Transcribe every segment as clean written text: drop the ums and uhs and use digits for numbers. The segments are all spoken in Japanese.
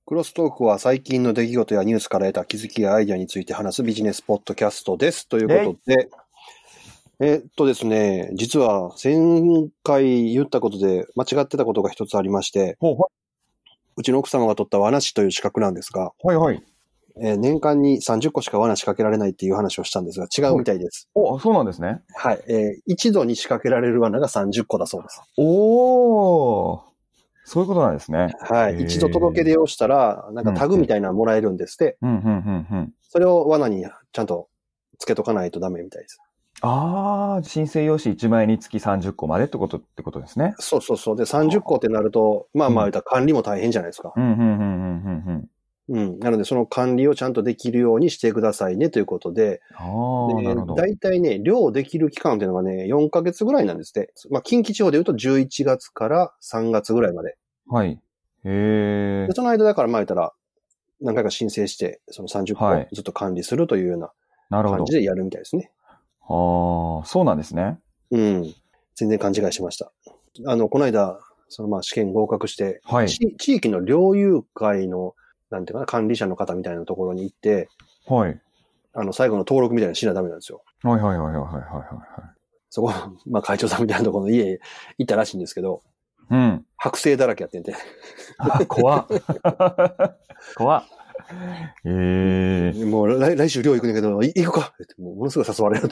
クロストークは最近の出来事やニュースから得た気づきやアイデアについて話すビジネスポッドキャストです。ということで、ですね、実は前回言ったことで間違ってたことが一つありまして、うちの奥様が取った罠師という資格なんですが、年間に30個しか罠仕掛けられないっていう話をしたんですが、違うみたいです。 そうなんですね。 はい。一度に仕掛けられる罠が30個だそうです。 そういうことなんですね。 はい。一度届け出をしたら、なんかタグみたいなのもらえるんですって。それを罠にちゃんとつけとかないとダメみたいです。 申請用紙1枚につき30個までってことですね。 そうそうそう。で、30個ってなると、まあ言ったら管理も大変じゃないですか。なので、その管理をちゃんとできるようにしてくださいねということで、大体ね、量できる期間っていうのがね、4ヶ月ぐらいなんですって。まあ、近畿地方で言うと11月から3月ぐらいまで。 はい。 で、その間だから言ったら、何回か申請して、その30個ずっと管理するというような感じでやるみたいですね。 そうなんですね。 全然勘違いしました。この間、試験合格して、地域の猟友会のなんていうかな、管理者の方みたいなところに行って、最後の登録みたいなのしなダメなんですよ。そこ、会長さんみたいなところの家行ったらしいんですけど、剥製だらけやってんて。 怖っ。怖っ。 もう来週寮行くんだけど、行くかってものすごい誘われるって。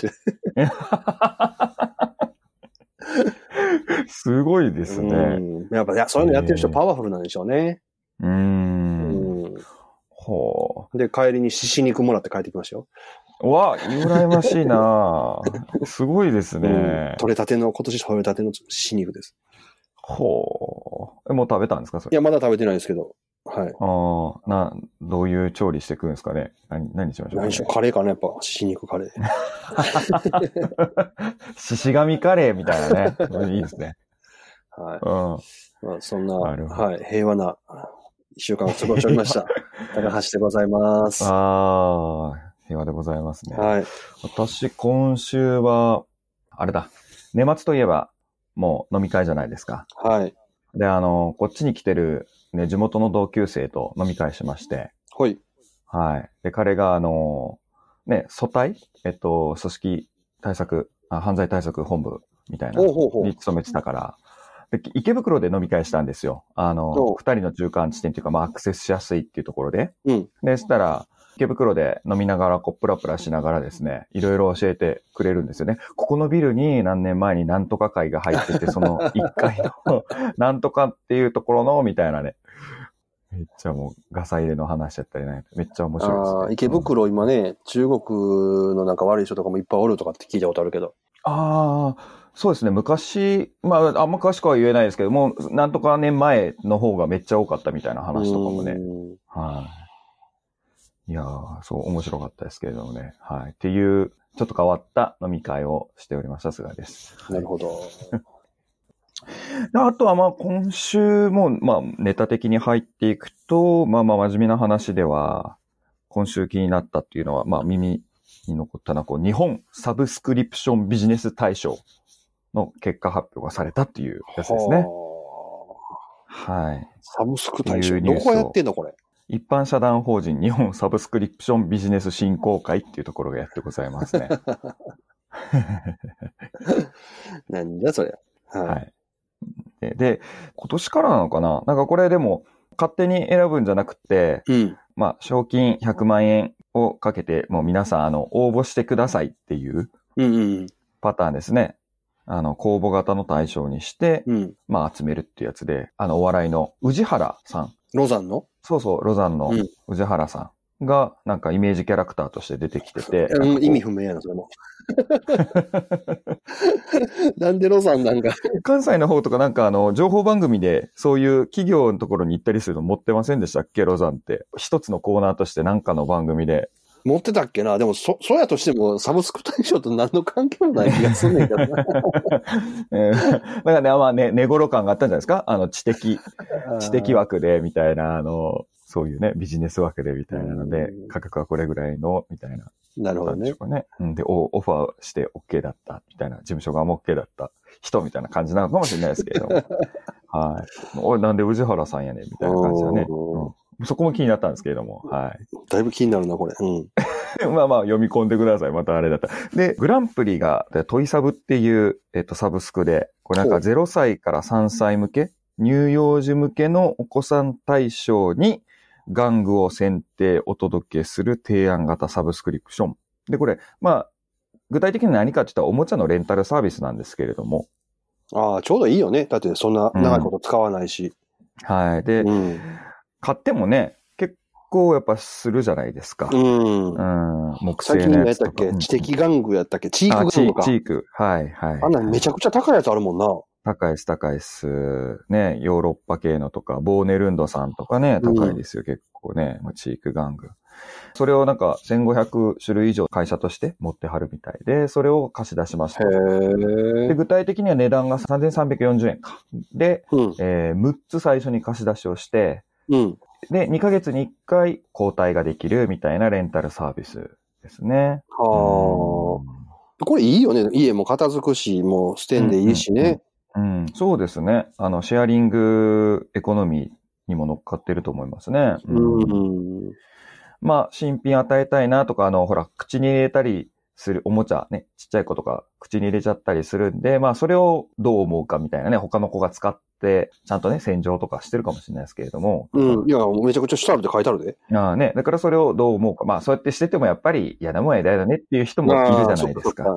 すごいですね。 やっぱ、そういうのやってる人パワフルなんでしょうね。で、帰りに獅子肉もらって帰ってきましたよ。 羨ましいなすごいですね。 今年取れたての獅子肉です。 もう食べたんですかそれ？ いや、まだ食べてないですけど。はい。 どういう調理してくるんですかね？何しましょうかね？ カレーかなやっぱ、獅子肉カレー。 獅子神カレーみたいなね。いいですね。 はい。そんな、平和な一週間を過ごしておりました。高橋でございます。 平和でございますね。 はい。 私、今週は、あれだ。年末といえば、もう飲み会じゃないですか。 はい。 で、こっちに来てる、ね、地元の同級生と飲み会しまして。 はい。 はい。で、彼が、組対組織対策、犯罪対策本部みたいなに勤めてたから、で、池袋で飲み会したんですよ。二人の中間地点っていうか、アクセスしやすいっていうところで。で、したら、池袋で飲みながら、プラプラしながらですね、いろいろ教えてくれるんですよね。ここのビルに何年前になんとか会が入ってて、その1階のなんとかっていうところの、みたいなね。めっちゃもう、ガサ入れの話やったりね。めっちゃ面白いですね。 池袋今ね、中国のなんか悪い人とかもいっぱいおるとかって聞いたことあるけど。 そうですね。昔、あんま詳しくは言えないですけども、なんとか年前の方がめっちゃ多かったみたいな話とかもね。いやー、そう、面白かったですけれどもね。はい。っていう、ちょっと変わった飲み会をしておりました。菅です。 なるほど。 あとは今週もネタ的に入っていくと、真面目な話では、今週気になったっていうのは、耳に残ったのは、日本サブスクリプションビジネス大賞の結果発表がされたっていうやつですね。はい。 サブスク大賞。どこやってんのこれ。 一般社団法人日本サブスクリプションビジネス振興会っていうところがやってございますね。 なんだそれ。 はい。で、今年からなのかな？なんかこれでも勝手に選ぶんじゃなくて、賞金100万円をかけて、もう皆さん応募してくださいっていうパターンですね。公募型の対象にして、集めるっていうやつで、お笑いの宇治原さん。 ロザンの？ そうそう、ロザンの宇治原さんが、なんかイメージキャラクターとして出てきてて。 意味不明やな、それも。なんでロザンなんか。 関西の方とかなんか情報番組でそういう企業のところに行ったりするの持ってませんでしたっけ、ロザンって。一つのコーナーとしてなんかの番組で。 持ってたっけな。でもそうやとしてもサブスク対象と何の関係もない気がするんだけどな。だからね、寝頃感があったんじゃないですか？知的枠で、みたいな、そういうね、ビジネス枠で、みたいなので、価格はこれぐらいの、みたいな。 なるほどね。 で、オファーして OK だった、みたいな、事務所側も OK だった人、みたいな感じなのかもしれないですけれども。はい。なんで宇治原さんやねん、みたいな感じだね。 そこも気になったんですけれども、はい。 だいぶ気になるな、これ。うん。 まあまあ読み込んでください。またあれだったら。で、グランプリが、トイサブっていう、サブスクで、これなんか0歳から3歳向け、乳幼児向けのお子さん対象に、玩具を選定、お届けする提案型サブスクリプション。で、これ、まあ、具体的に何かって言ったらおもちゃのレンタルサービスなんですけれども。 ああ、ちょうどいいよね。だってそんな長いこと使わないし。 はい。で、買ってもね、結構やっぱするじゃないですか。木製のやつとか。最近何やったっけ、知的玩具やったっけ、チーク玩具か。 チーク。はいはい。 あんなめちゃくちゃ高いやつあるもんな。 高いです、高いです。ね、ヨーロッパ系のとか、ボーネルンドさんとかね、高いですよ、結構ね。チーク玩具。それをなんか1500種類以上会社として持ってはるみたいで、それを貸し出しました。で、具体的には値段が3340円か。で、6つ最初に貸し出しをして、で、2ヶ月に1回交代ができるみたいなレンタルサービスですね。 これいいよね。家も片付くし、もう捨てんでいいしね。 そうですね。シェアリングエコノミーにも乗っかってると思いますね。まあ、新品与えたいなとか、ほら、口に入れたりするおもちゃね、ちっちゃい子とか口に入れちゃったりするんで、まあ、それをどう思うかみたいなね、他の子が使って、ちゃんとね、洗浄とかしてるかもしれないですけれども。 いや、めちゃくちゃシタールで書いてあるで。 だからそれをどう思うか。まあ、そうやってしててもやっぱり嫌なもんやだねっていう人もいるじゃないですか。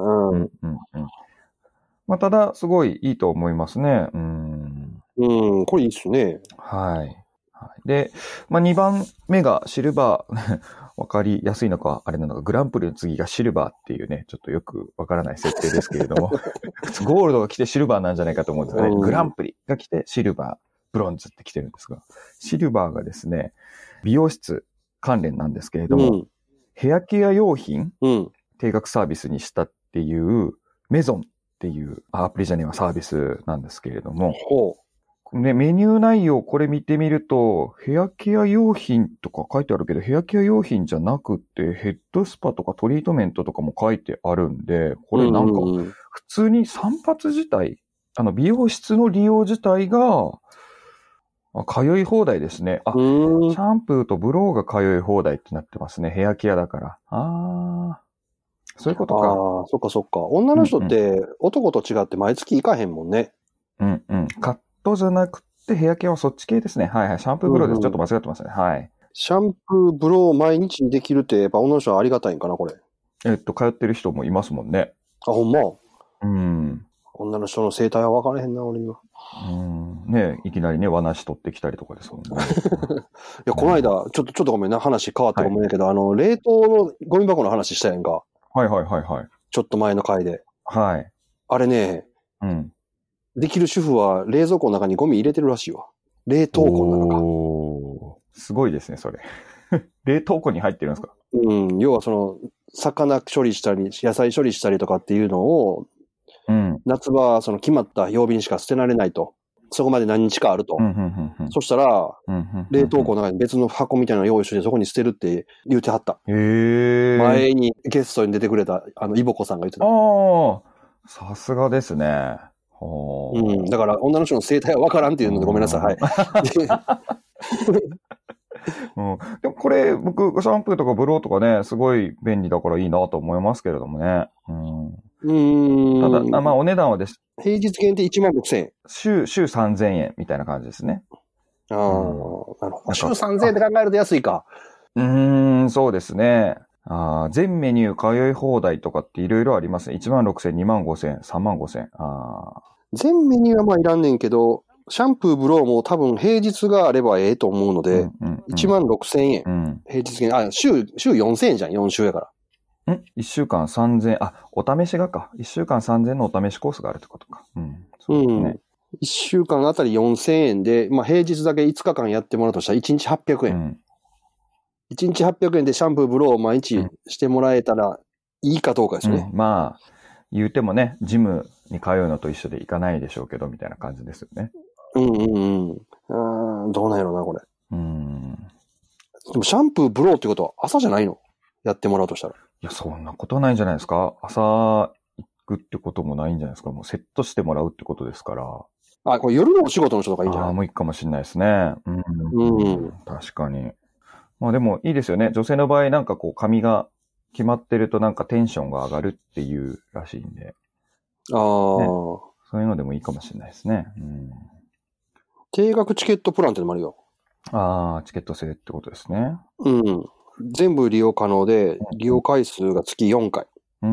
まあ、ただ、すごいいいと思いますね。 これいいっすね。 はい。で、まあ、2番目がシルバー。わかりやすいのか、あれなのか、グランプリの次がシルバーっていうね、ちょっとよくわからない設定ですけれども。普通ゴールドが来てシルバーなんじゃないかと思うんですよね。グランプリが来てシルバー、ブロンズって来てるんですが、シルバーがですね、美容室関連なんですけれども、ヘアケア用品、定額サービスにしたっていうメゾンっていうアプリじゃねえわサービスなんですけれども、ね、メニュー内容これ見てみると、ヘアケア用品とか書いてあるけど、ヘアケア用品じゃなくて、ヘッドスパとかトリートメントとかも書いてあるんで、これなんか、普通に散髪自体、美容室の利用自体が、通い放題ですね。シャンプーとブローが通い放題ってなってますね。ヘアケアだから。そういうことか。 そっかそっか。女の人って男と違って毎月行かへんもんね。 カットじゃなくてヘアケアはそっち系ですね。はいはい。シャンプーブローです。ちょっと間違ってますね。はい。 シャンプーブロー毎日できるって、やっぱ女の人はありがたいんかな、これ。 通ってる人もいますもんね。 ほんま。女の人の生態は分からへんな、俺には。 ねいきなりね、和梨取ってきたりとかですもんね。 いや、この間、ちょっとごめんな、話変わってごめんやけど、冷凍のゴミ箱の話したやんか。 はい。 ちょっと前の回で。 はい。 あれね、できる主婦は冷蔵庫の中にゴミ入れてるらしいわ。冷凍庫の中か。 すごいですね、それ。冷凍庫に入ってるんですか？ 要は魚処理したり、野菜処理したりとかっていうのを、夏場は決まった曜日にしか捨てられないと。そこまで何日かあると。そしたら、冷凍庫の中に別の箱みたいなのを用意してそこに捨てるって言うてはった。前にゲストに出てくれた、イボコさんが言ってた。 さすがですね。 だから女の人の生態はわからんっていうのでごめんなさい。はい。 でもこれ、僕、シャンプーとかブローとかね、すごい便利だからいいなと思いますけれどもね。ただ、まあ、お値段はです。 平日限定16,000円。 週3000円みたいな感じですね。 なるほど。週3000円って考えると安いか。 そうですね。全メニュー通い放題とかっていろいろありますね。16,000、25,000、35,000。 全メニューはまあいらんねんけど、シャンプー、ブローも多分平日があればええと思うので、16,000円。平日限定、週4,000円じゃん、4週やから。 1週間3,000、お試しがか。1週間3,000のお試しコースがあるってことか。そうですね。 1週間あたり4,000円で、まあ平日だけ5日間やってもらうとしたら1日800円。1日800円でシャンプー、ブローを毎日してもらえたらいいかどうかですね。 まあ、言うてもね、ジムに通うのと一緒で行かないでしょうけど、みたいな感じですよね。 どうなんやろな、これ。でもシャンプー、ブローってことは朝じゃないの？やってもらうとしたら。 いや、そんなことないんじゃないですか。朝行くってこともないんじゃないですか。もうセットしてもらうってことですから。 これ夜のお仕事の人とかいいんじゃない？ もういいかもしれないですね。確かに。まあでもいいですよね。女性の場合なんかこう髪が決まってるとなんかテンションが上がるっていうらしいんで。ね、そういうのでもいいかもしれないですね。 定額チケットプランってのもあるよ。 チケット制ってことですね。 全部利用可能で、利用回数が月4回。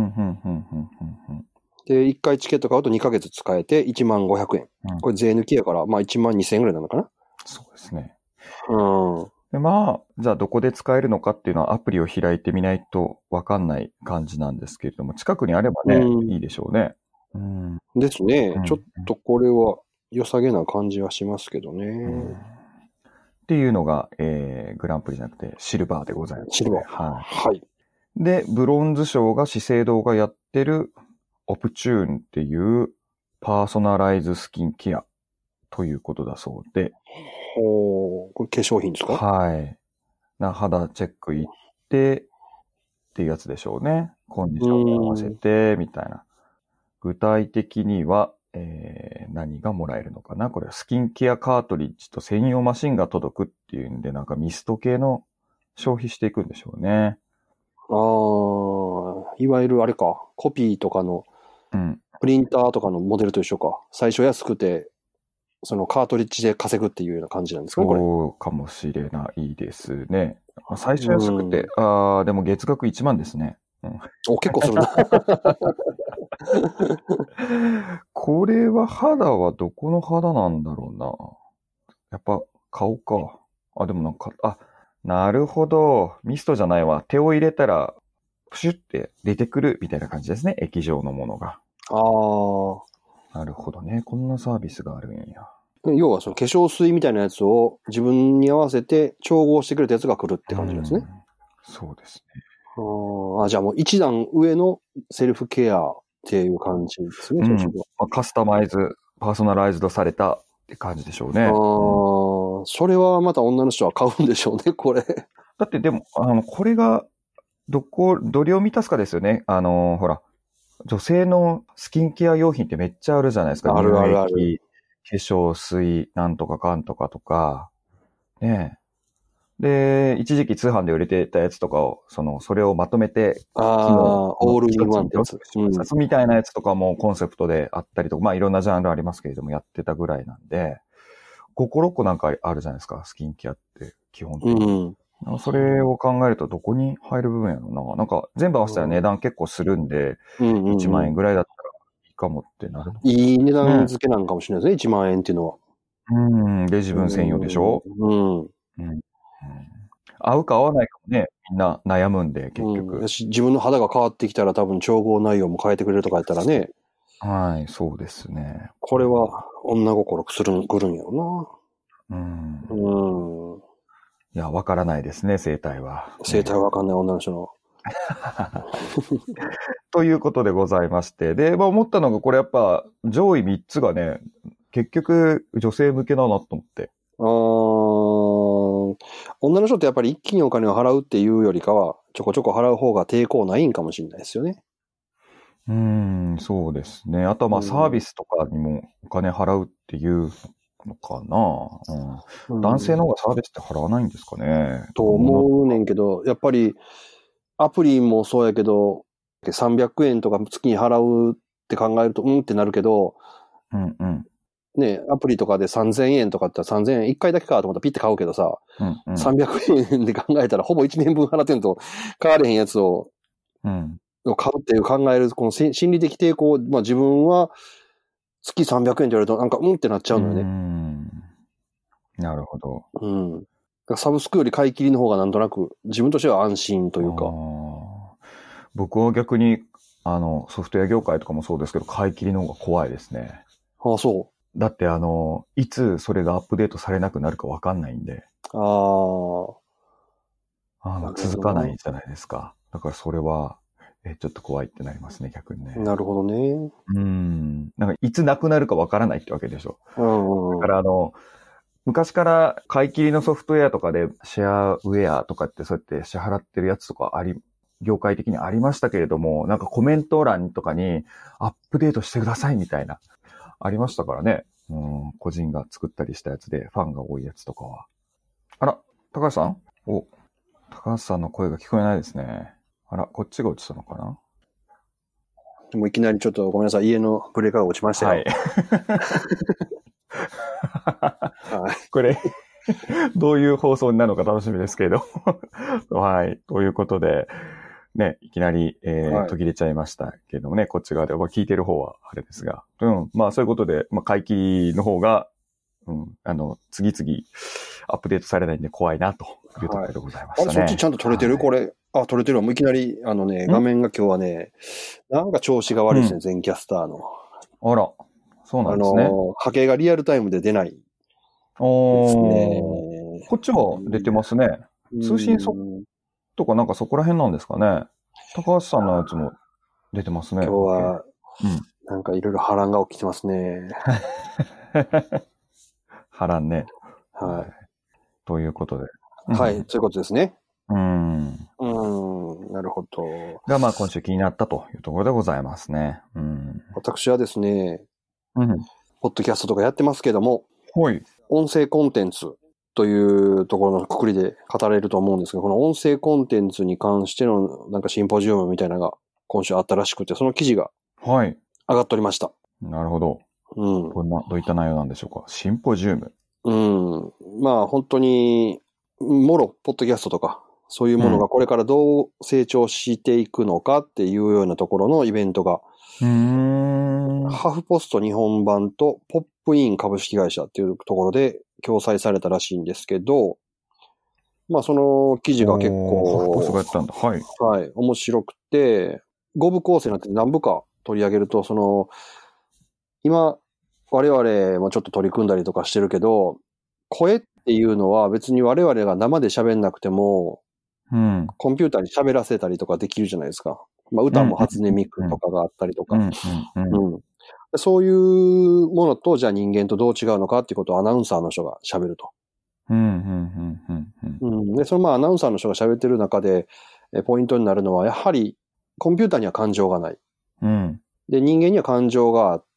で、1回チケット買うと2ヶ月使えて15,000円。これ税抜きやから、まあ12,000円ぐらいなのかな？ そうですね。でまあ、じゃあどこで使えるのかっていうのはアプリを開いてみないとわかんない感じなんですけれども、近くにあればね、いいでしょうね。 ですね。ちょっとこれは良さげな感じはしますけどね。 っていうのが、グランプリじゃなくてシルバーでございます。 シルバー。はい。 で、ブロンズ賞が資生堂がやってるオプチューンっていうパーソナライズスキンケアということだそうで。 これ化粧品ですか？ はい。肌チェック行ってっていうやつでしょうね。コンディションを合わせてみたいな。具体的には、何がもらえるのかな？これはスキンケアカートリッジと専用マシンが届くっていうんで、なんかミスト系の消費していくんでしょうね。 いわゆるあれか、コピーとかの、プリンターとかのモデルと一緒か。最初安くて、そのカートリッジで稼ぐっていうような感じなんですかね、これ。 そうかもしれないですね。最初安くて、でも月額1万ですね。 結構するな。 これは肌はどこの肌なんだろうな。やっぱ顔か。でもなんか、なるほど。ミストじゃないわ。手を入れたら、プシュって出てくるみたいな感じですね。液状のものが。なるほどね。こんなサービスがあるんや。 要はその化粧水みたいなやつを自分に合わせて調合してくれたやつが来るって感じなんですね。 そうですね。 じゃあもう一段上のセルフケアっていう感じですね。 カスタマイズ、パーソナライズドされたって感じでしょうね。 それはまた女の人は買うんでしょうね、これ。 だってでも、これが、どれを満たすかですよね。ほら、女性のスキンケア用品ってめっちゃあるじゃないですか。 ある。 化粧水、なんとかかんとかとか。ねえ。で、一時期通販で売れてたやつとかを、それをまとめて、 オールインワンってやつ。 みたいなやつとかもコンセプトであったりとか、まあいろんなジャンルありますけれども、やってたぐらいなんで、5個6個なんかあるじゃないですか、スキンケアって基本的に。それを考えるとどこに入る部分やろうな。なんか全部合わせたら値段結構するんで、1万円ぐらいだったらいいかもってなるの。 いい値段付けなんかもしれないですね、1万円っていうのは。 で、自分専用でしょ？合うか合わないかもね、みんな悩むんで、結局。 自分の肌が変わってきたら多分調合内容も変えてくれるとかやったらね。 はい、そうですね。 これは女心くるんやろな。 いや、わからないですね、生態は。 生態はわかんない女の人の。 ということでございまして。で、思ったのが、これやっぱ上位3つがね、結局女性向けだなと思って。 女の人ってやっぱり一気にお金を払うっていうよりかは、ちょこちょこ払う方が抵抗ないんかもしれないですよね。 そうですね。あとはサービスとかにもお金払うっていうのかな。男性の方がサービスって払わないんですかね。 と思うねんけど、やっぱりアプリもそうやけど、300円とか月に払うって考えると、ってなるけど、ね、アプリとかで3000円とかって3000円1回だけかと思ったらピッて買うけどさ、300円で考えたらほぼ1年分払ってんと買われへんやつを、買うっていう考える、この心理的抵抗、自分は月300円って言われるとなんかってなっちゃうのよね。 なるほど。 サブスクより買い切りの方がなんとなく自分としては安心というか。 僕は逆に、ソフトウェア業界とかもそうですけど、買い切りの方が怖いですね。 そう。 だって、いつそれがアップデートされなくなるかわかんないんで。続かないじゃないですか。だからそれは、ちょっと怖いってなりますね、逆にね。 なるほどね。 なんか、いつなくなるかわからないってわけでしょ。だから昔から買い切りのソフトウェアとかでシェアウェアとかってそうやって支払ってるやつとか業界的にありましたけれども、なんかコメント欄とかにアップデートしてくださいみたいな、ありましたからね。 個人が作ったりしたやつでファンが多いやつとかは。あら、高橋さん？高橋さんの声が聞こえないですね。あら、こっちが落ちたのかな？ もういきなりちょっとごめんなさい。家のブレーカーが落ちましたよ。 はい。これ、どういう放送になるのか楽しみですけれど。はい。ということで、ね、いきなり、途切れちゃいましたけれどもね、こっち側で、聞いてる方はあれですが。まあそういうことで、回帰の方が、次々アップデートされないんで怖いなというところでございましたね。 そっちちゃんと撮れてる、これ。撮れてるわ。もういきなり、画面が今日はね、なんか調子が悪いですね、全キャスターの。 あら、そうなんですね。 波形がリアルタイムで出ないですね。 こっちは出てますね。通信速とかなんかそこら辺なんですかね。高橋さんのやつも出てますね。 今日は、なんかいろいろ波乱が起きてますね。 波乱ね。 はい。 ということで。 はい、そういうことですね。なるほど。 が、今週気になったというところでございますね。 私はですね、ポッドキャストとかやってますけども、音声コンテンツというところのくくりで語れると思うんですが、この音声コンテンツに関してのなんかシンポジウムみたいなのが今週あったらしくて、その記事が上がっておりました。 なるほど。どういった内容なんでしょうか。シンポジウム。 本当に、もろ、ポッドキャストとか、そういうものがこれからどう成長していくのかっていうようなところのイベントが、ハフポスト日本版とポップイン株式会社っていうところで共催されたらしいんですけど、その記事が結構、 ハフポストがやったんだ。 はい。面白くて、5部構成になって何部か取り上げると、今、我々もちょっと取り組んだりとかしてるけど、声っていうのは別に我々が生で喋んなくても、コンピューターに喋らせたりとかできるじゃないですか。歌も初音ミクとかがあったりとか。そういうものと、じゃあ人間とどう違うのかっていうことをアナウンサーの人が喋ると。で、そのアナウンサーの人が喋ってる中で、ポイントになるのは、やはりコンピューターには感情がない。で、人間には感情があって、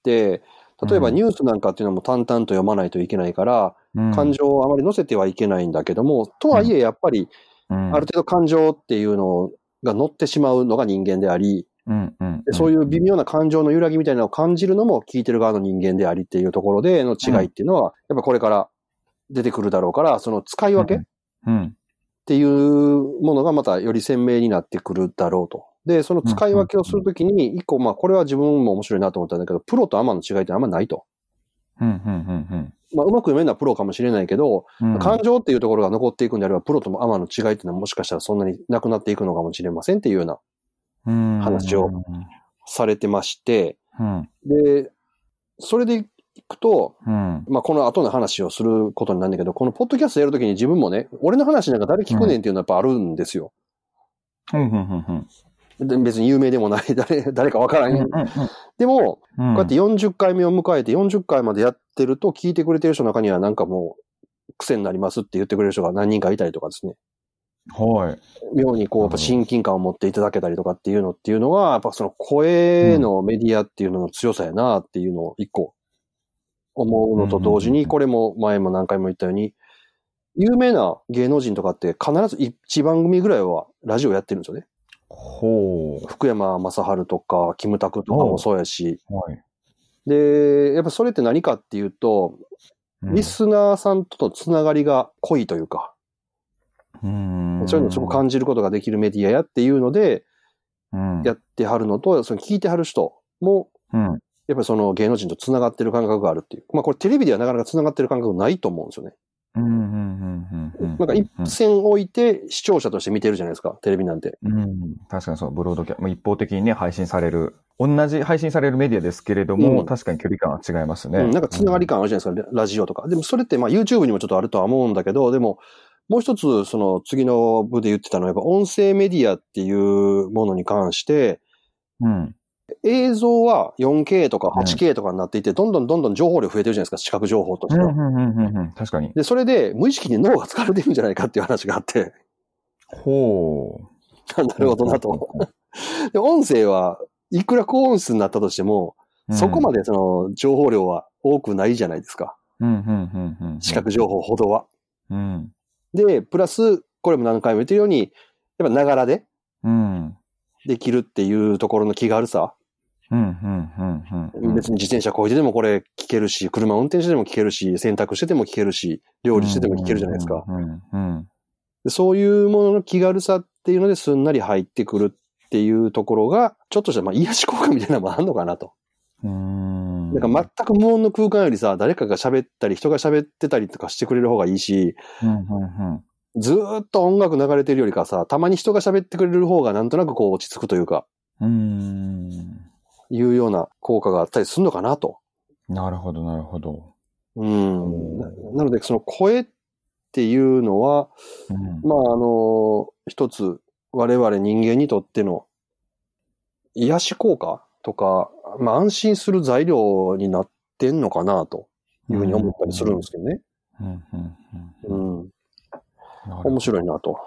例えばニュースなんかっていうのも淡々と読まないといけないから、感情をあまり乗せてはいけないんだけども、とはいえやっぱり、ある程度感情っていうのが乗ってしまうのが人間であり、そういう微妙な感情の揺らぎみたいなのを感じるのも聞いてる側の人間でありっていうところでの違いっていうのは、やっぱこれから出てくるだろうから、その使い分けっていうものがまたより鮮明になってくるだろうと。で、その使い分けをするときに、一個、これは自分も面白いなと思ったんだけど、プロとアマの違いってあんまないと。うまく読めるのはプロかもしれないけど、感情っていうところが残っていくんであれば、プロとアマの違いっていうのはもしかしたらそんなになくなっていくのかもしれませんっていうような話をされてまして、で、それでいくと、この後の話をすることになるんだけど、このポッドキャストやるときに自分もね、俺の話なんか誰聞くねんっていうのはやっぱあるんですよ。別に有名でもない、誰かわからん。でも、こうやって40回目を迎えて40回までやってると聞いてくれてる人の中にはなんかもう癖になりますって言ってくれる人が何人かいたりとかですね。妙にこうやっぱ親近感を持っていただけたりとかっていうのは、やっぱその声のメディアっていうのの強さやなっていうのを一個思うのと同時に、これも前も何回も言ったように、有名な芸能人とかって必ず1番組ぐらいはラジオやってるんですよね。福山雅治とか、キムタクとかもそうやし。で、やっぱそれって何かっていうと、リスナーさんとのつながりが濃いというか、そういうのをすごく感じることができるメディアやっていうので、やってはるのと、その聞いてはる人も、やっぱりその芸能人とつながってる感覚があるっていう。これテレビではなかなかつながってる感覚ないと思うんですよね。なんか一線置いて視聴者として見てるじゃないですか、テレビなんて。 確かにそう、ブロードキャスト、一方的にね、配信される、同じ配信されるメディアですけれども、確かに距離感は違いますね。 なんかつながり感あるじゃないですか、ラジオとか。でもそれってYouTube にもちょっとあるとは思うんだけど、でも、もう一つ、その次の部で言ってたのは、やっぱ音声メディアっていうものに関して、映像は 4K とか 8K とかになっていて、どんどん情報量増えてるじゃないですか、視覚情報としては。 確かに。 で、それで無意識に脳が疲れてるんじゃないかっていう話があって。なるほどなと。で、音声はいくら高音質になったとしても、そこまでその情報量は多くないじゃないですか。視覚情報ほどは。で、プラス、これも何回も言ってるように、やっぱながらで、できるっていうところの気軽さ。別に自転車こいででもこれ聞けるし、車運転してでも聞けるし、洗濯してでも聞けるし、料理してでも聞けるじゃないですか。そういうものの気軽さっていうのですんなり入ってくるっていうところが、ちょっとした癒し効果みたいなのもあるのかなと。なんか全く無音の空間よりさ、誰かが喋ったり、人が喋ってたりとかしてくれる方がいいし、ずーっと音楽流れてるよりかさ、たまに人が喋ってくれる方がなんとなくこう落ち着くというか、いうような効果があったりするのかなと。 なるほど、なるほど。 なので、その声っていうのは、一つ我々人間にとっての癒し効果とか、安心する材料になってんのかなというふうに思ったりするんですけどね。面白いなと。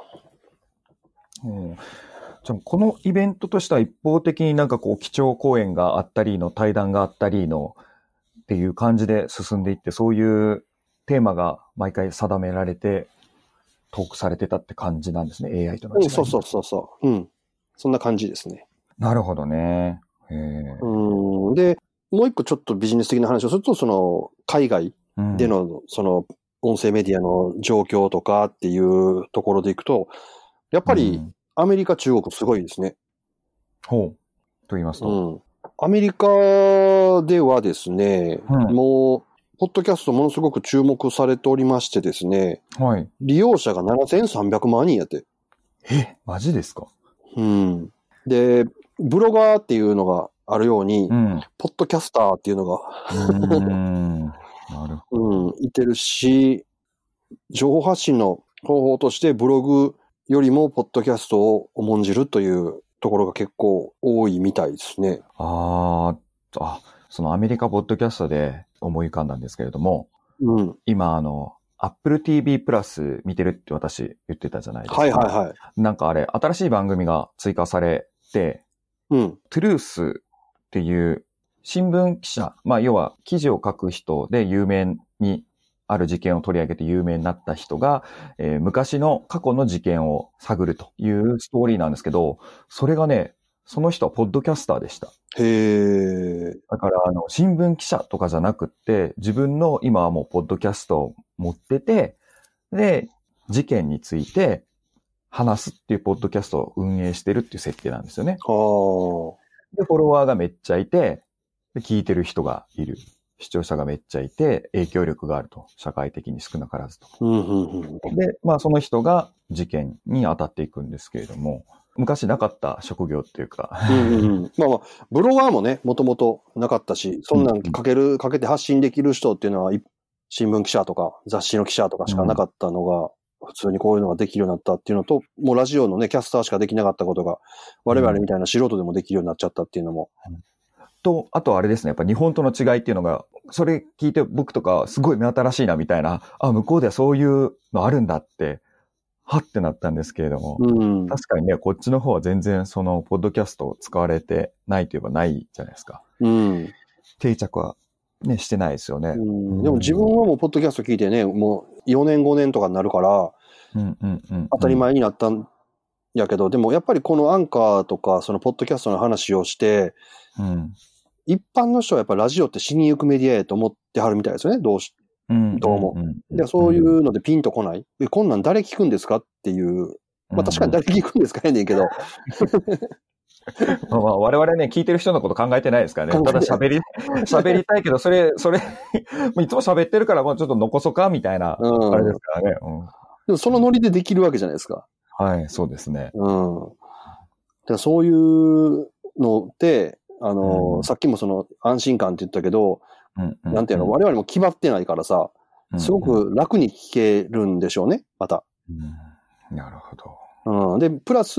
じゃあこのイベントとしては一方的になんかこう基調講演があったりの対談があったりのっていう感じで進んでいって、そういうテーマが毎回定められてトークされてたって感じなんですね、AI との違い。 そう。そんな感じですね。 なるほどね。 で、もう一個ちょっとビジネス的な話をすると、その海外でのその音声メディアの状況とかっていうところでいくと、やっぱりアメリカ、中国すごいですね。 ほう。と言いますと、 アメリカではですね、もう、ポッドキャストものすごく注目されておりましてですね、利用者が7300万人やって。 マジですか？ で、ブロガーっていうのがあるように、ポッドキャスターっていうのがなるほど。 いてるし、情報発信の方法としてブログよりもポッドキャストを重んじるというところが結構多いみたいですね。 そのアメリカポッドキャストで思い浮かんだんですけれども、今Apple TV プラス見てるって私言ってたじゃないですか。なんかあれ、新しい番組が追加されて、トゥルースっていう新聞記者、要は記事を書く人で有名にある事件を取り上げて有名になった人が、昔の過去の事件を探るというストーリーなんですけど、それがね、その人はポッドキャスターでした。だから新聞記者とかじゃなくって、自分の今はもうポッドキャストを持ってて、で、事件について話すっていうポッドキャストを運営してるっていう設定なんですよね。で、フォロワーがめっちゃいて、で聞いてる人がいる。視聴者がめっちゃいて、影響力があると。社会的に少なからずと。で、その人が事件に当たっていくんですけれども、昔なかった職業っていうか。 ブロガーもね、もともとなかったし、そんなんかけて発信できる人っていうのは、新聞記者とか雑誌の記者とかしかなかったのが、普通にこういうのができるようになったっていうのと、もうラジオのね、キャスターしかできなかったことが、我々みたいな素人でもできるようになっちゃったっていうのも。 あとあれですね、やっぱ日本との違いっていうのが、それ聞いて僕とかすごい目新しいなみたいな、向こうではそういうのあるんだって、はってなったんですけれども、確かにね、こっちの方は全然そのポッドキャストを使われてないといえばないじゃないですか。定着はね、してないですよね。でも自分はもうポッドキャスト聞いてね、もう4年5年とかになるから、当たり前になったんやけど、でもやっぱりこのアンカーとかそのポッドキャストの話をして、一般の人はやっぱラジオって死にゆくメディアやと思ってはるみたいですよね、どうも。でそういうのでピンとこない。こんなん誰聞くんですかっていう。確かに誰聞くんですかやねんけど。 我々ね、聞いてる人のこと考えてないですからね。ただ喋りたいけど、それ、いつも喋ってるからもうちょっと残そうかみたいな、あれですからね。 でもそのノリでできるわけじゃないですか。 はい、そうですね。 そういうのって、さっきもその安心感って言ったけど、なんていうの、我々も決まってないからさ、すごく楽に聞けるんでしょうね、また。 なるほど。 で、プラス、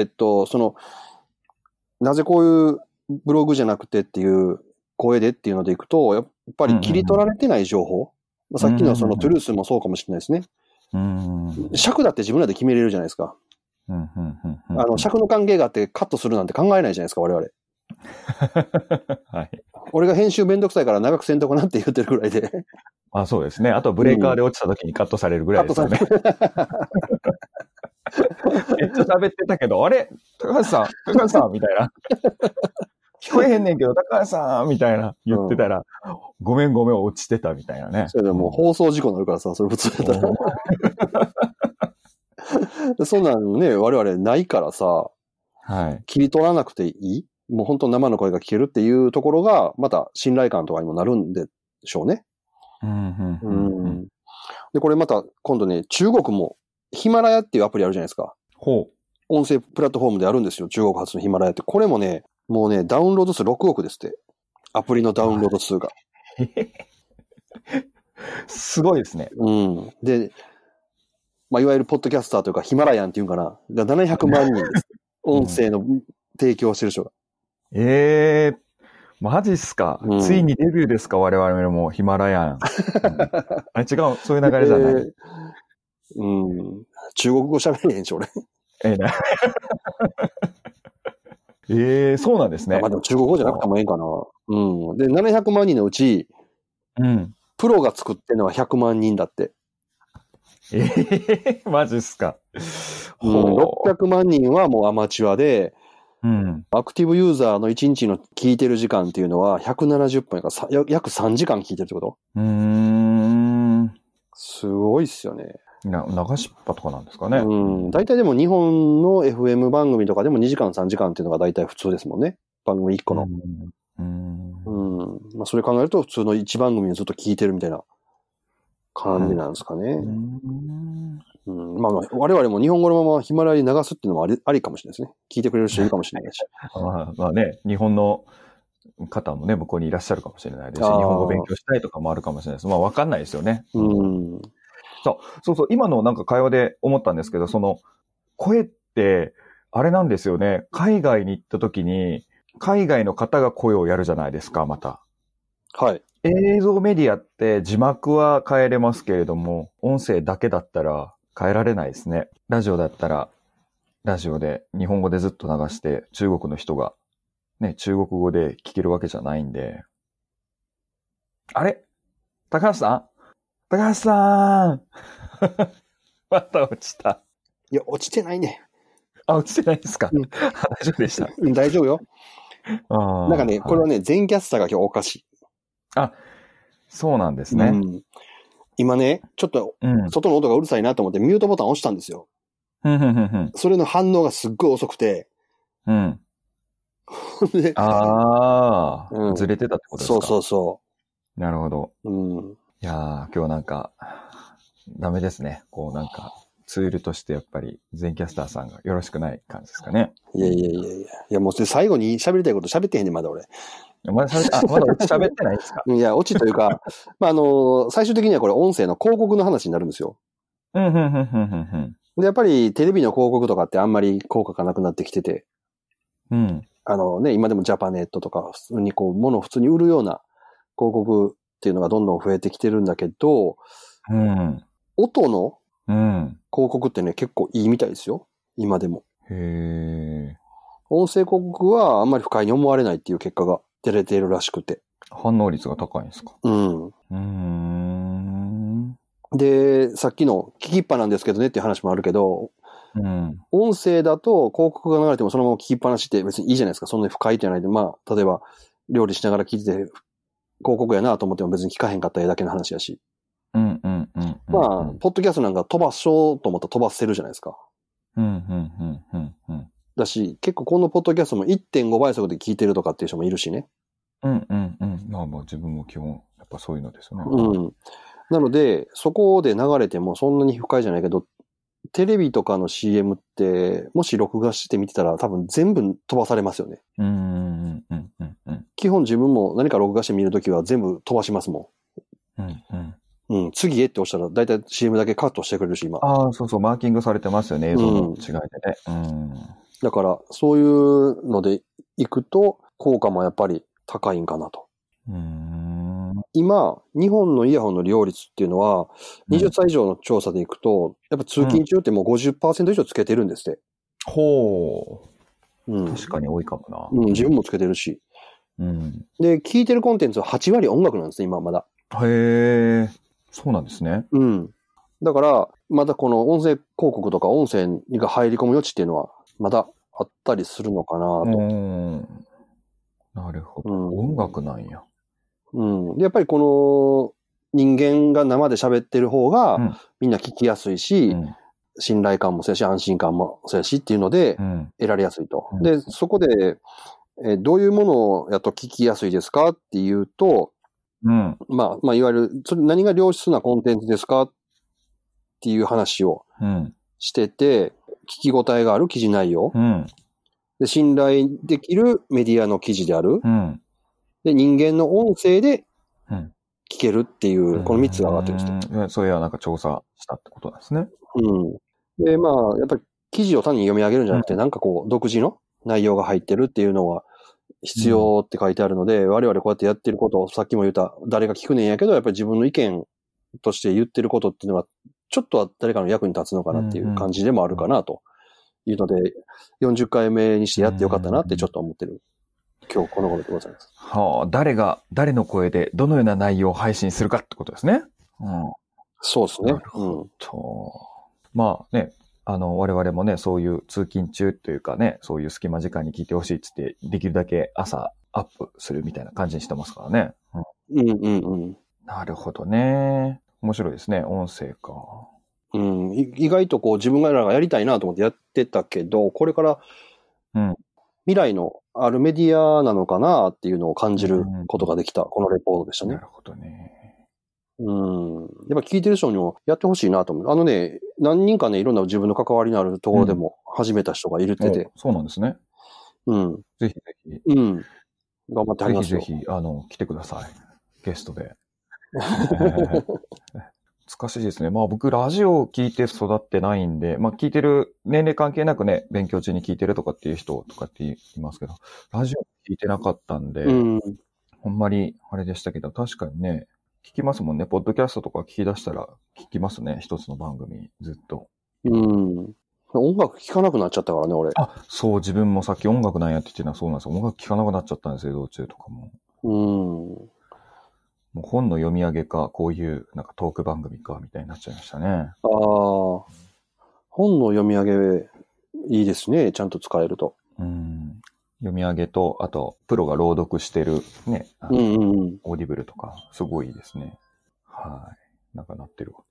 なぜこういうブログじゃなくてっていう声でっていうのでいくと、やっぱり切り取られてない情報。さっきのそのトゥルースもそうかもしれないですね。尺だって自分らで決めれるじゃないですか。尺の関係があってカットするなんて考えないじゃないですか、我々。 俺が編集めんどくさいから長くせんとこなって言ってるぐらいで。 あ、そうですね。あとブレーカーで落ちた時にカットされるぐらいですよね。めっちゃ喋ってたけど、あれ高橋さんみたいな。聞こえへんねんけど、高橋さんみたいな言ってたら、ごめん落ちてたみたいなね。 それでもう放送事故になるからさ、それ普通だったら。そんなんね、我々ないからさ、 はい。 切り取らなくていい？もう本当生の声が聞けるっていうところが、また信頼感とかにもなるんでしょうね。で、これまた今度ね、中国もヒマラヤっていうアプリあるじゃないですか。 ほう。 音声プラットフォームであるんですよ。中国発のヒマラヤって。これもね、もうね、ダウンロード数6億ですって。アプリのダウンロード数が。 すごいですね。 で、まあ、いわゆるポッドキャスターというかヒマラヤンっていうかな。が700万人です。音声の提供してる人が。 マジっすか、ついにデビューですか我々もヒマラヤン。あれ違う、そういう流れじゃない。 中国語喋れへんし、俺。 そうなんですね。 まあでも中国語じゃなくてもいいかな。で、700万人のうち、プロが作ってるのは100万人だって。 マジっすか。 600万人はもうアマチュアで、アクティブユーザーの1日の聞いてる時間っていうのは170分やから約3時間聞いてるってこと？すごいっすよね。 流しっぱとかなんですかね。 大体でも日本の FM 番組とかでも2時間3時間っていうのが大体普通ですもんね。番組1個の。まあそれ考えると普通の1番組をずっと聞いてるみたいな感じなんですかね。まあ我々も日本語のままヒマラヤに流すっていうのもありかもしれないですね。聞いてくれる人いるかもしれないし。 まあね、日本の方もね、向こうにいらっしゃるかもしれないですし、日本語勉強したいとかもあるかもしれないです。まあわかんないですよね。そう、今のなんか会話で思ったんですけど、その声って、あれなんですよね。海外に行った時に、海外の方が声をやるじゃないですか、また。 はい。 映像メディアって字幕は変えれますけれども、音声だけだったら変えられないですね。ラジオだったら、ラジオで日本語でずっと流して、中国の人がね、中国語で聞けるわけじゃないんで。あれ高橋さんまた落ちた。 いや、落ちてないね。 落ちてないですか、大丈夫でした。 大丈夫よ。なんかね、これはね、全キャスターが今日おかしい。 そうなんですね。 今ね、ちょっと、外の音がうるさいなと思ってミュートボタン押したんですよ。それの反応がすっごい遅くて。 ずれてたってことですか？ そう。 なるほど。いやー、今日なんか、ダメですね。こうなんか、ツールとしてやっぱり、全キャスターさんがよろしくない感じですかね。 いや、もう最後に喋りたいこと喋ってへんねん、まだ俺。 まだ喋ってないですか？ いや、オチというか、最終的にはこれ音声の広告の話になるんですよ。で、やっぱりテレビの広告とかってあんまり効果がなくなってきてて。今でもジャパネットとか、普通に物を普通に売るような広告っていうのがどんどん増えてきてるんだけど、音の広告ってね、結構いいみたいですよ。今でも。音声広告はあんまり不快に思われないっていう結果が出れているらしくて。 反応率が高いんですか？ で、さっきの聞きっぱなんですけどねっていう話もあるけど、音声だと広告が流れてもそのまま聞きっぱなしって別にいいじゃないですか。そんなに不快じゃないで、まあ、例えば料理しながら聞いてて広告やなと思っても別に聞かへんかったらだけの話やし。まあ、ポッドキャストなんか飛ばそうと思ったら飛ばせるじゃないですか。だし、結構このポッドキャストも 1.5 倍速で聞いてるとかっていう人もいるしね。 まあ自分も基本やっぱそういうのですよね。 なので、そこで流れてもそんなに不快じゃないけど、テレビとかの CM って、もし録画して見てたら多分全部飛ばされますよね。基本自分も何か録画して見るときは全部飛ばしますもん。次へって押したら大体 CM だけカットしてくれるし、今。 そう、マーキングされてますよね、映像の違いでね。 だから、そういうので行くと、効果もやっぱり高いんかなと。今、日本のイヤホンの利用率っていうのは、20歳以上の調査でいくと、やっぱ通勤中ってもう 50% 以上つけてるんですって。 確かに多いかもな。 自分もつけてるし。 うん。 で、聞いてるコンテンツは8割音楽なんですね、今まだ。 へえ、そうなんですね。 うん。だから、まだこの音声広告とか音声が入り込む余地っていうのは、まだあったりするのかなと。 なるほど。音楽なんや。 うん。で、やっぱりこの人間が生で喋ってる方が、みんな聞きやすいし、信頼感もそうやし、安心感もそうやしっていうので、得られやすいと。で、そこで、どういうものをやと聞きやすいですかっていうと、まあ、いわゆる、それ何が良質なコンテンツですかっていう話をしてて、聞き応えがある記事内容、で、信頼できるメディアの記事である、で、人間の音声で聞けるっていう、この3つが上がってるんですよ。 それはなんか調査したってことなんですね。 で、まあ、やっぱり記事を単に読み上げるんじゃなくて、なんかこう、独自の内容が入ってるっていうのは必要って書いてあるので、我々こうやってやってることを、さっきも言った、誰が聞くねんやけど、やっぱり自分の意見として言ってることっていうのは、ちょっとは誰かの役に立つのかなっていう感じでもあるかなというので、40回目にしてやってよかったなってちょっと思ってる。今日この頃でございます。 はあ、誰の声でどのような内容を配信するかってことですね。 そうですね。 なるほど。まあね、我々もね、そういう通勤中というかね、そういう隙間時間に聞いてほしいっつって、できるだけ朝アップするみたいな感じにしてますからね。なるほどね。面白いですね、音声か。 意外とこう自分らがやりたいなと思ってやってたけど、これから、未来のあるメディアなのかなっていうのを感じることができた、このレポートでしたね。 なるほどね。 やっぱ聞いてる人にもやってほしいなと思う。何人かね、いろんな自分の関わりのあるところでも始めた人がいるってて。 そうなんですね。ぜひぜひ。 頑張ってはりますよ。 ぜひぜひ、来てください。ゲストで。難しいですね。まあ僕、ラジオを聞いて育ってないんで、まあ聞いてる、年齢関係なくね、勉強中に聞いてるとかっていう人とかって言いますけど、ラジオ聞いてなかったんで、ほんまにあれでしたけど、確かにね、聞きますもんね。ポッドキャストとか聞き出したら聞きますね。一つの番組、ずっと。 音楽聴かなくなっちゃったからね、俺。 そう、自分もさっき音楽なんやって言ってるのはそうなんですよ。音楽聴かなくなっちゃったんですよ、移動中とかも。もう本の読み上げか、こういうなんかトーク番組か、みたいになっちゃいましたね。 本の読み上げ、いいですね。ちゃんと使えると。 読み上げと、あと、プロが朗読してるね、オーディブルとか、すごいいいですね。なんかなってるわ。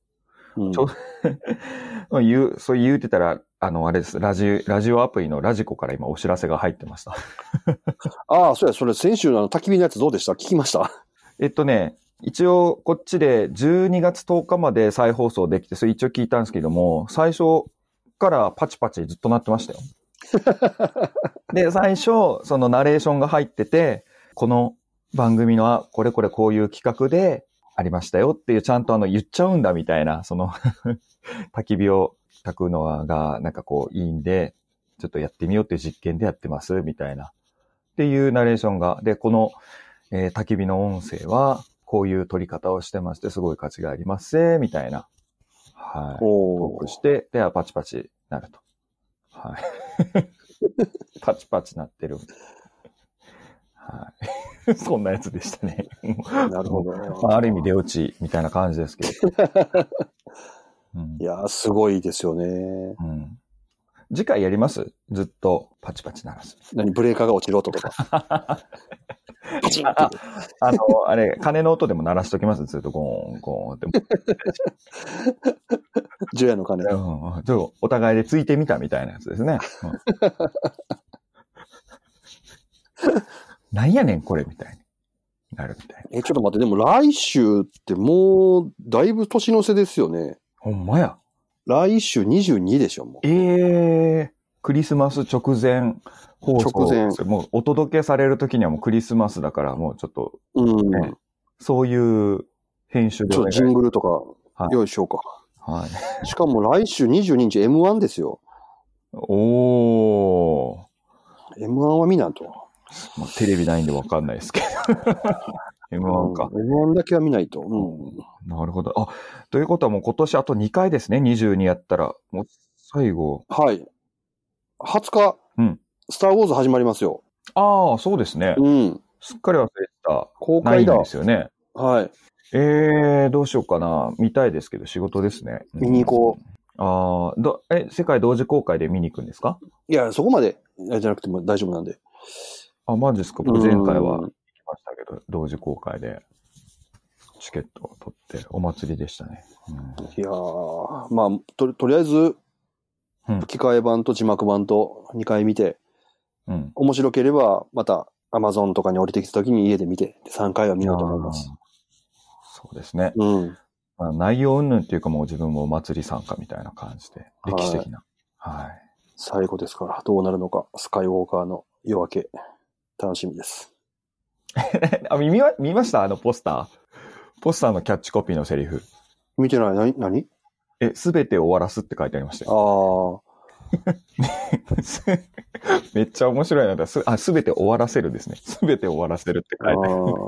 そう言うてたら、あれです。ラジオアプリのラジコから今お知らせが入ってました。 そうや、それ先週の焚き火のやつどうでした？聞きました？ 一応こっちで12月10日まで再放送できて、それ一応聞いたんですけども、最初からパチパチずっと鳴ってましたよ。で、最初、そのナレーションが入ってて、この番組のこれこういう企画でありましたよっていう、ちゃんと言っちゃうんだみたいな、その焚き火を焚くのがなんかこういいんで、ちょっとやってみようっていう実験でやってますみたいな。っていうナレーションが、で、この、焚き火の音声はこういう撮り方をしてまして、すごい価値がありますみたいな。トークして、ではパチパチなると。パチパチなってる。そんなやつでしたね。 なるほど。 ある意味出落ちみたいな感じですけど。 いやー、すごいですよね。 次回やります？ずっとパチパチ鳴らす。 ブレーカーが落ちる音とか。パチンって。 あれ、鐘の音でも鳴らしときます？ずっとゴーン、ゴーンって。 除夜の鐘。 お互いでついてみたみたいなやつですね。なんやねんこれみたいになるみたいな。 ちょっと待って、でも来週ってもうだいぶ年の瀬ですよね。 ほんまや。 来週22でしょ、もう。 クリスマス直前放送。 直前。 もうお届けされる時にはもうクリスマスだからもうちょっと、そういう編集で。 ジングルとか用意しようか。しかも来週22日 M1 ですよ。 M1 は見ないと。 テレビないんでわかんないですけど。M1 か。 M1 だけは見ないと。 なるほど。ということはもう今年あと2回ですね。22やったら。もう最後。 20日、スターウォーズ始まりますよ。 そうですね。 すっかり忘れてた。 公開だ。 ないんですよね。 はい。 どうしようかな。見たいですけど仕事ですね。 見に行こう。世界同時公開で見に行くんですか？ いや、そこまで、じゃなくても大丈夫なんで。 マジですか？僕前回は行きましたけど、同時公開でチケットを取ってお祭りでしたね。 いやー、まあ、とりあえず、吹き替え版と字幕版と2回見て、面白ければ、また Amazon とかに降りてきた時に家で見て、3回は見ようと思います。 そうですね。内容云々っていうかもう自分もお祭り参加みたいな感じで、歴史的な。はい。 最後ですから、どうなるのか、スカイウォーカーの夜明け、楽しみです。 見ましたポスターのキャッチコピーのセリフ。 見てない。何？ すべて終わらすって書いてありましたよ。めっちゃ面白いな。すべて終わらせるですね。すべて終わらせるって書いてあ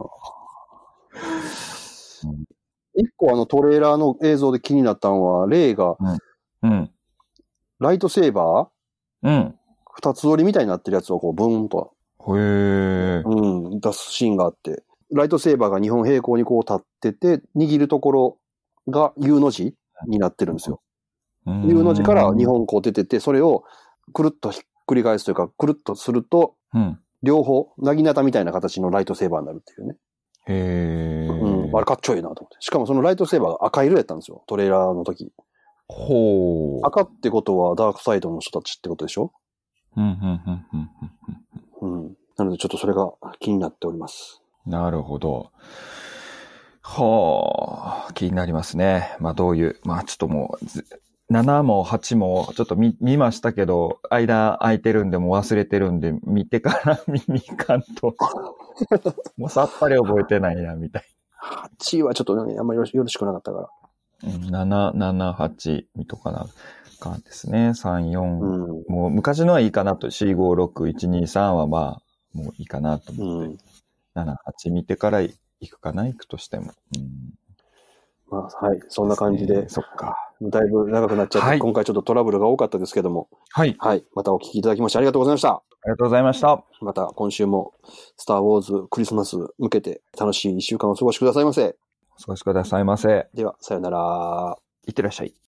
る。 一個トレーラーの映像で気になったのは、レイが、ライトセーバー二つ折りみたいになってるやつをこう、ブーンと。出すシーンがあって、ライトセーバーが2本平行にこう立ってて、握るところが U の字になってるんですよ。U の字から2本こう出てて、それをくるっとひっくり返すというか、くるっとすると、両方、なぎなたみたいな形のライトセーバーになるっていうね。あれかっちょいいなと思って。しかもそのライトセーバーが赤色やったんですよ。トレーラーの時。赤ってことはダークサイドの人たちってことでしょ？なのでちょっとそれが気になっております。 なるほど。気になりますね。どういう、ちょっともう、7も8もちょっと見ましたけど、間空いてるんでもう忘れてるんで、見てから見に行かんと。もうさっぱり覚えてないな、みたい。 8はちょっとね、あんまりよろしくなかったから。 7、8見とかなかんですね。3、4。もう昔のはいいかなと。4、5、6、1、2、3はもういいかなと思って。7、8見てから行くかな、行くとしても。 はい。そんな感じで。 そっか。 だいぶ長くなっちゃって、今回ちょっとトラブルが多かったですけども。はい。またお聞きいただきましてありがとうございました。ありがとうございました。 また今週もスターウォーズクリスマス向けて楽しい1週間をお過ごしくださいませ。 お過ごしくださいませ。 では、さよなら。 いってらっしゃい。